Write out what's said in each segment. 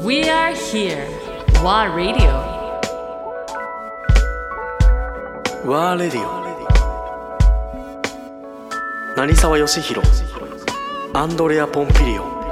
We are here. WA Radio. WA Radio。成沢義弘、アンドレア・ポンピリオン。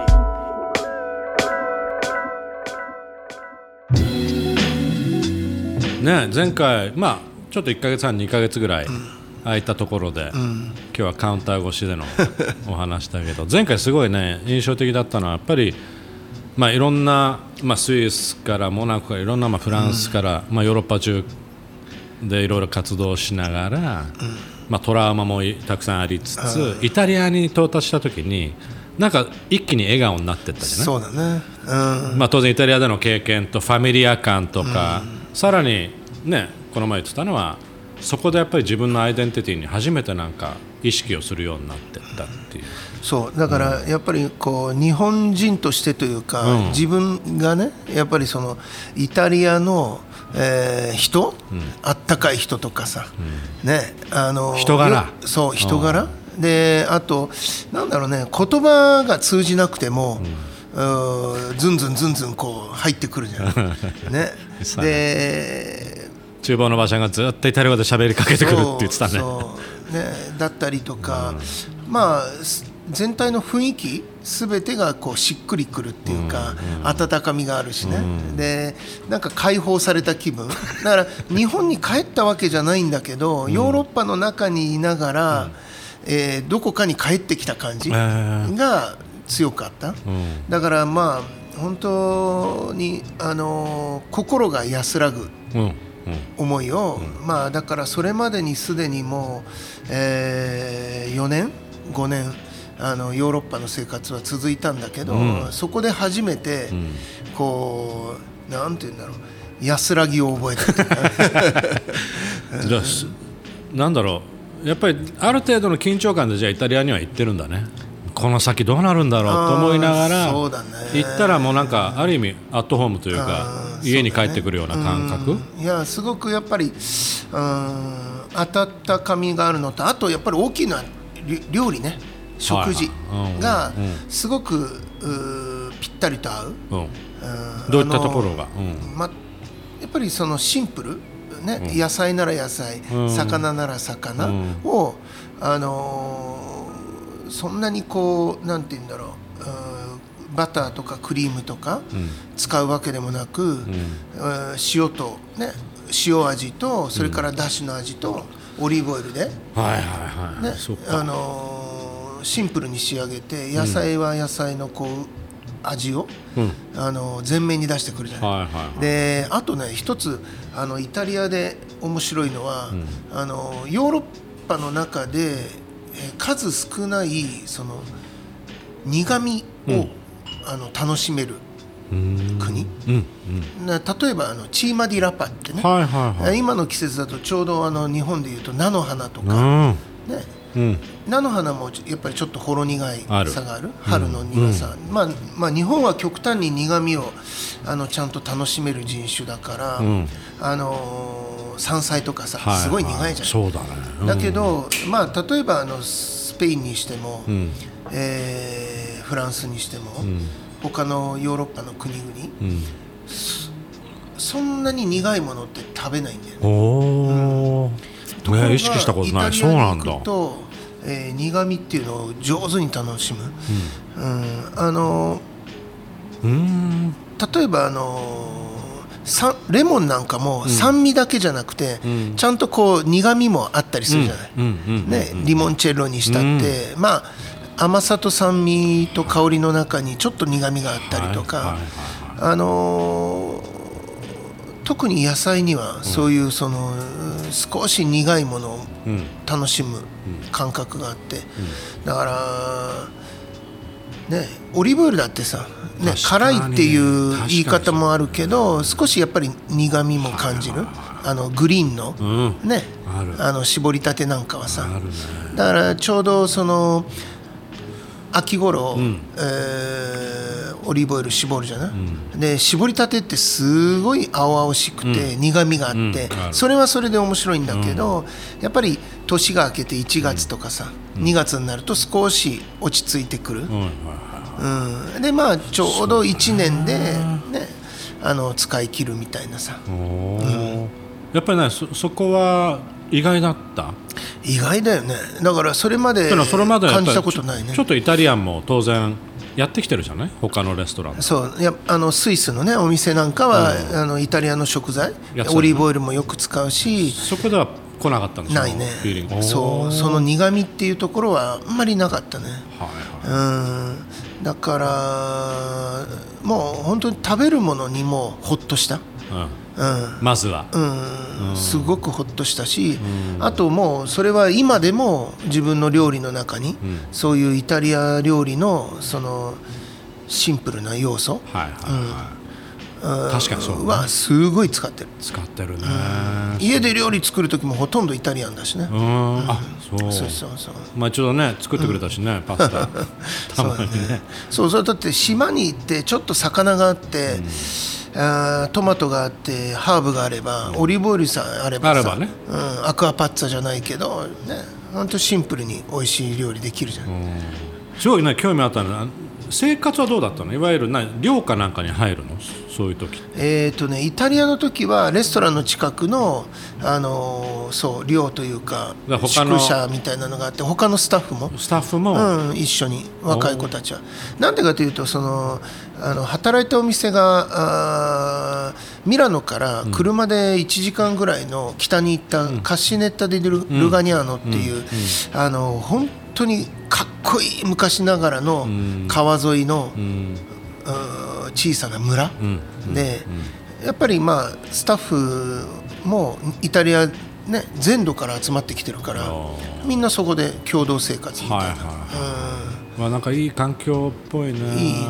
ね、前回、ちょっと1ヶ月半2ヶ月ぐらい空いたところで、今日はカウンター越しでのお話だけど前回すごいね印象的だったのはやっぱり、いろんな、スイスからモナコからいろんな、フランスから、ヨーロッパ中でいろいろ活動しながら、トラウマもたくさんありつつ、イタリアに到達した時になんか一気に笑顔になってったじゃない。 そうだね、 当然イタリアでの経験とファミリア感とか、さらにねこの前言ってたのはそこでやっぱり自分のアイデンティティに初めてなんか意識をするようになってったっていう。 そうだからやっぱりこう日本人としてというか、自分がねやっぱりそのイタリアの、人、あったかい人とかさ、ね、 人柄、 そう人柄で、あとなんだろうね、言葉が通じなくても、ずんずんこう入ってくるじゃんねで厨房の馬車がずっとイタリア語で喋りかけてくるって言ってたね。 そうねだったりとか、全体の雰囲気すべてがこうしっくりくるっていうか、温かみがあるしね、でなんか解放された気分だから日本に帰ったわけじゃないんだけど、ヨーロッパの中にいながら、どこかに帰ってきた感じが強かった、だから本当に心が安らぐ思いを、だからそれまでにすでにもう、4年5年ヨーロッパの生活は続いたんだけど、そこで初めてこうなんていうんだろう、安らぎを覚えたじゃあなんだろう、やっぱりある程度の緊張感でじゃあイタリアには行ってるんだね。この先どうなるんだろうと思いながら行ったらもうなんかある意味アットホームというか家に帰ってくるような感覚、 いやすごくやっぱり温かみがあるのと、あとやっぱり大きな料理ね、食事がすごくぴったりと合う、 どういったところが、 やっぱりそのシンプル、ね野菜なら野菜、魚なら魚を、そんなにこうなんていうんだろう、バターとかクリームとか使うわけでもなく、塩とね塩味とそれからだしの味とオリーブオイルで、シンプルに仕上げて、野菜は野菜のこう味を、前面に出してくるじゃない、であとね一つイタリアで面白いのは、ヨーロッパの中で数少ないその苦味を、楽しめる国、例えばチーマディラパってね、今の季節だとちょうど日本でいうと菜の花とか、菜の花もやっぱりちょっとほろ苦いさがある、春の苦さ、日本は極端に苦味をちゃんと楽しめる人種だから、山菜とかさすごい苦いじゃん、 そうだね、 だけど、例えばスペインにしても、フランスにしても、他のヨーロッパの国々、そんなに苦いものって食べないんだよね。 意識したことない。そうなんだ。 イタリアに行くと、苦味っていうのを上手に楽しむ、例えばレモンなんかも酸味だけじゃなくて、ちゃんとこう苦味もあったりするじゃない、リモンチェッロにしたって、甘さと酸味と香りの中にちょっと苦味があったりとか、特に野菜にはそういうその少し苦いものを楽しむ感覚があって、だからね、オリーブオイルだってさ、辛いっていう言い方もあるけど、少しやっぱり苦味も感じる、グリーンの、絞りたてなんかはさ、だからちょうどその秋頃、オリーブオイル絞るじゃない、で絞りたてってすごい青々しくて苦みがあって、それはそれで面白いんだけど、やっぱり年が明けて1月とかさ、2月になると少し落ち着いてくる、 でまあちょうど1年で、ね、使い切るみたいなさ。 やっぱりね、そこは意外だった。 意外だよね。だからそれまで感じたことないね。 ちょっとイタリアンも当然やってきてるじゃない、他のレストラン。 そういやスイスのねお店なんかは、イタリアの食材、オリーブオイルもよく使うし、 そこでは来なかったんですか。 ないね。そう、その苦味っていうところはあんまりなかったね。だからもう本当に食べるものにもホッとした。 まずは、 すごくホッとしたし、あともうそれは今でも自分の料理の中に、そういうイタリア料理のそのシンプルな要素、 確かにそう、 はすごい使ってるね。 家で料理作る時もほとんどイタリアンだしね。そうまあ一度ね作ってくれたしね、パスタたまにね。 そうだって島に行ってちょっと魚があって、トマトがあってハーブがあれば、オリーブオイルさえあればさ、アクアパッツァじゃないけどね、本当シンプルに美味しい料理できるじゃん。 すごいね、興味あったの。生活はどうだったの？いわゆる寮かなんかに入るの？そういう時。 イタリアの時はレストランの近くのそう寮というか宿舎みたいなのがあって、他のスタッフも、一緒に若い子たちは。なんでかというと働いたお店がミラノから車で1時間ぐらいの北に行ったカッシネッタ・デ・ルガニャーノっていう、本当にかっこいい昔ながらの川沿いの、小さな村、でやっぱりまあスタッフもイタリア、ね、全土から集まってきてるから、みんなそこで共同生活みたいな。 なんかいい環境っぽいね。 いいね。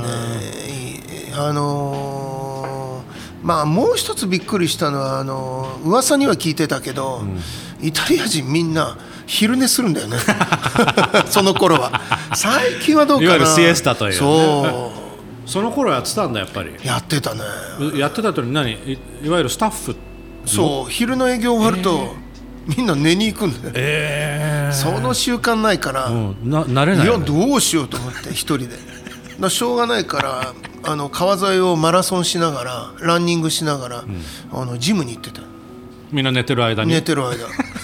まあもう一つびっくりしたのは噂には聞いてたけど、イタリア人みんな昼寝するんだよねその頃は。最近はどうかな。 いわゆるシエスタという、 ね、 その頃やってたんだ。やっぱりやってたね。 やってたといわゆるスタッフ。 そう、昼の営業終わると、みんな寝に行くんだよ。その習慣ないから、 慣れないよね。 いやどうしようと思って一人でしょうがないから川沿いをマラソンしながらランニングしながら、ジムに行ってた。 みんな寝てる間に。 寝てる間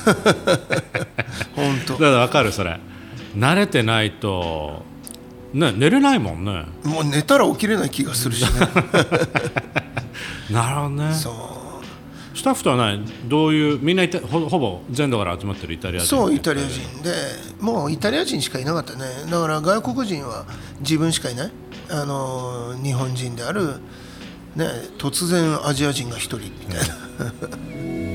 本当。 だから分かる、それ。慣れてないと、ね、寝れないもんね。 もう寝たら起きれない気がするしねなるほどね。スタッフとはどういう、みんなほぼ全土から集まってるイタリア人。 そう、イタリア人で、もうイタリア人しかいなかったね。だから外国人は自分しかいない。日本人である、ね、突然アジア人が一人みたいな